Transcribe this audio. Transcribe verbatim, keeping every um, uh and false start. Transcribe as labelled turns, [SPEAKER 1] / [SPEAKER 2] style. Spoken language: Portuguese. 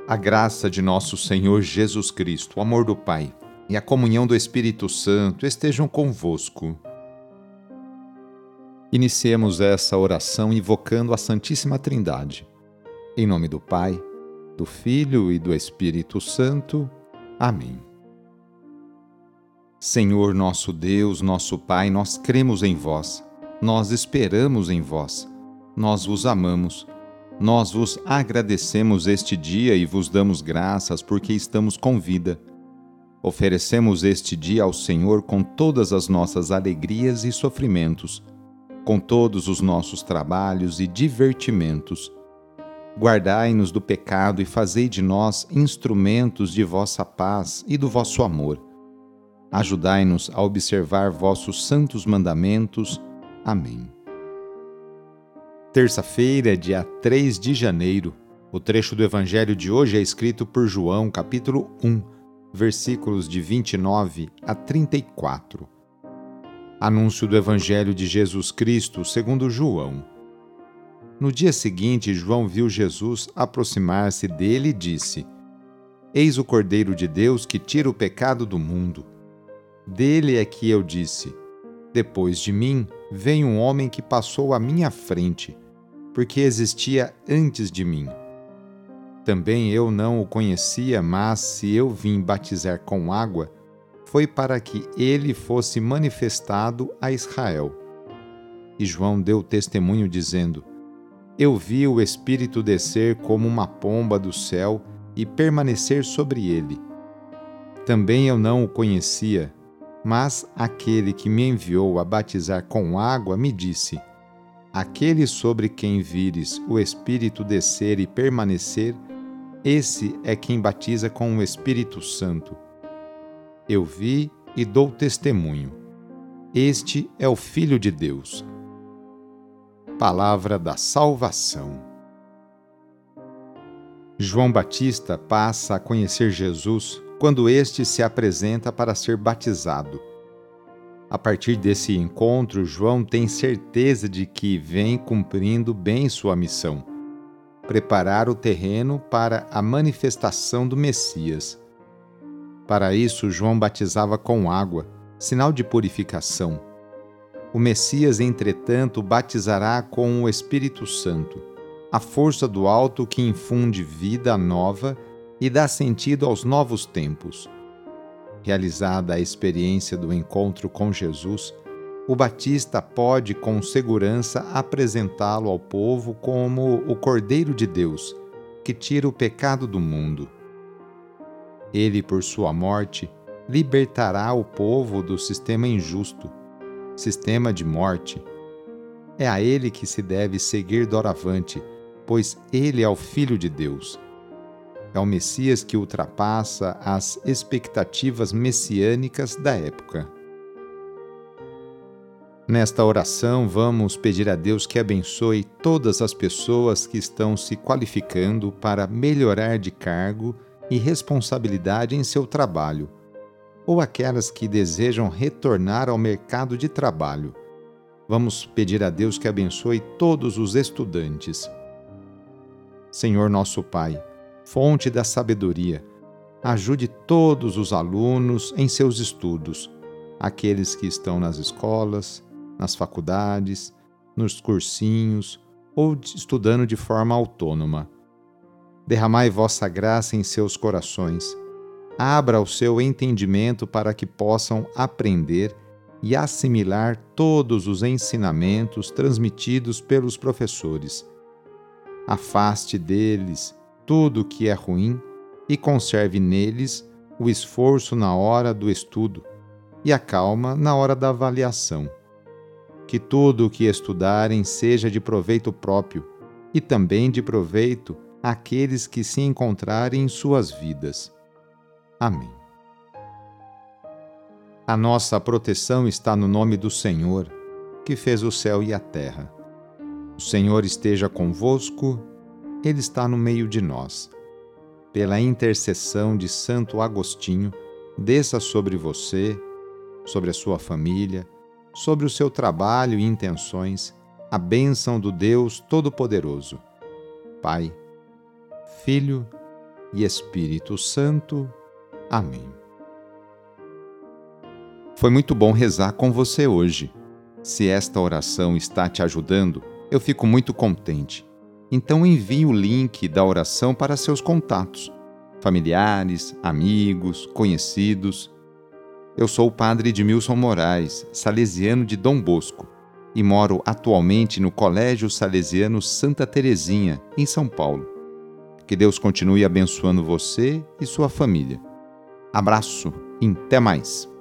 [SPEAKER 1] A graça de nosso Senhor Jesus Cristo, o amor do Pai e a comunhão do Espírito Santo estejam convosco. Iniciemos essa oração invocando a Santíssima Trindade. Em nome do Pai, do Filho e do Espírito Santo. Amém. Senhor nosso Deus, nosso Pai, nós cremos em vós, nós esperamos em vós, nós vos amamos. Nós vos agradecemos este dia e vos damos graças porque estamos com vida. Oferecemos este dia ao Senhor com todas as nossas alegrias e sofrimentos, com todos os nossos trabalhos e divertimentos. Guardai-nos do pecado e fazei de nós instrumentos de vossa paz e do vosso amor. Ajudai-nos a observar vossos santos mandamentos. Amém. Terça-feira, dia três de janeiro. O trecho do Evangelho de hoje é escrito por João, capítulo um, versículos de vinte e nove a trinta e quatro. Anúncio do Evangelho de Jesus Cristo segundo João. No dia seguinte, João viu Jesus aproximar-se dele e disse: Eis o Cordeiro de Deus que tira o pecado do mundo. Dele é que eu disse: Depois de mim, vem um homem que passou à minha frente, porque existia antes de mim. Também eu não o conhecia, mas se eu vim batizar com água, foi para que ele fosse manifestado a Israel. E João deu testemunho dizendo: Eu vi o Espírito descer como uma pomba do céu e permanecer sobre ele. Também eu não o conhecia, mas aquele que me enviou a batizar com água me disse: Aquele sobre quem vires o Espírito descer e permanecer, esse é quem batiza com o Espírito Santo. Eu vi e dou testemunho. Este é o Filho de Deus. Palavra da salvação. João Batista passa a conhecer Jesus quando este se apresenta para ser batizado. A partir desse encontro, João tem certeza de que vem cumprindo bem sua missão: preparar o terreno para a manifestação do Messias. Para isso, João batizava com água, sinal de purificação. O Messias, entretanto, batizará com o Espírito Santo, a força do alto que infunde vida nova e dá sentido aos novos tempos. Realizada a experiência do encontro com Jesus, o Batista pode com segurança apresentá-lo ao povo como o Cordeiro de Deus, que tira o pecado do mundo. Ele, por sua morte, libertará o povo do sistema injusto, sistema de morte. É a ele que se deve seguir doravante, pois ele é o Filho de Deus. É o Messias que ultrapassa as expectativas messiânicas da época. Nesta oração, vamos pedir a Deus que abençoe todas as pessoas que estão se qualificando para melhorar de cargo e responsabilidade em seu trabalho, ou aquelas que desejam retornar ao mercado de trabalho. Vamos pedir a Deus que abençoe todos os estudantes. Senhor nosso Pai, fonte da sabedoria, ajude todos os alunos em seus estudos, aqueles que estão nas escolas, nas faculdades, nos cursinhos ou estudando de forma autônoma. Derramai vossa graça em seus corações. Abra o seu entendimento para que possam aprender e assimilar todos os ensinamentos transmitidos pelos professores. Afaste deles tudo o que é ruim e conserve neles o esforço na hora do estudo e a calma na hora da avaliação. Que tudo o que estudarem seja de proveito próprio e também de proveito àqueles que se encontrarem em suas vidas. Amém. A nossa proteção está no nome do Senhor, que fez o céu e a terra. O Senhor esteja convosco, Ele está no meio de nós. Pela intercessão de Santo Agostinho, desça sobre você, sobre a sua família, sobre o seu trabalho e intenções, a bênção do Deus Todo-Poderoso, Pai, Filho e Espírito Santo. Amém. Foi muito bom rezar com você hoje. Se esta oração está te ajudando, eu fico muito contente. Então envie o link da oração para seus contatos, familiares, amigos, conhecidos. Eu sou o padre Edmilson Moraes, salesiano de Dom Bosco, e moro atualmente no Colégio Salesiano Santa Terezinha, em São Paulo. Que Deus continue abençoando você e sua família. Abraço e até mais!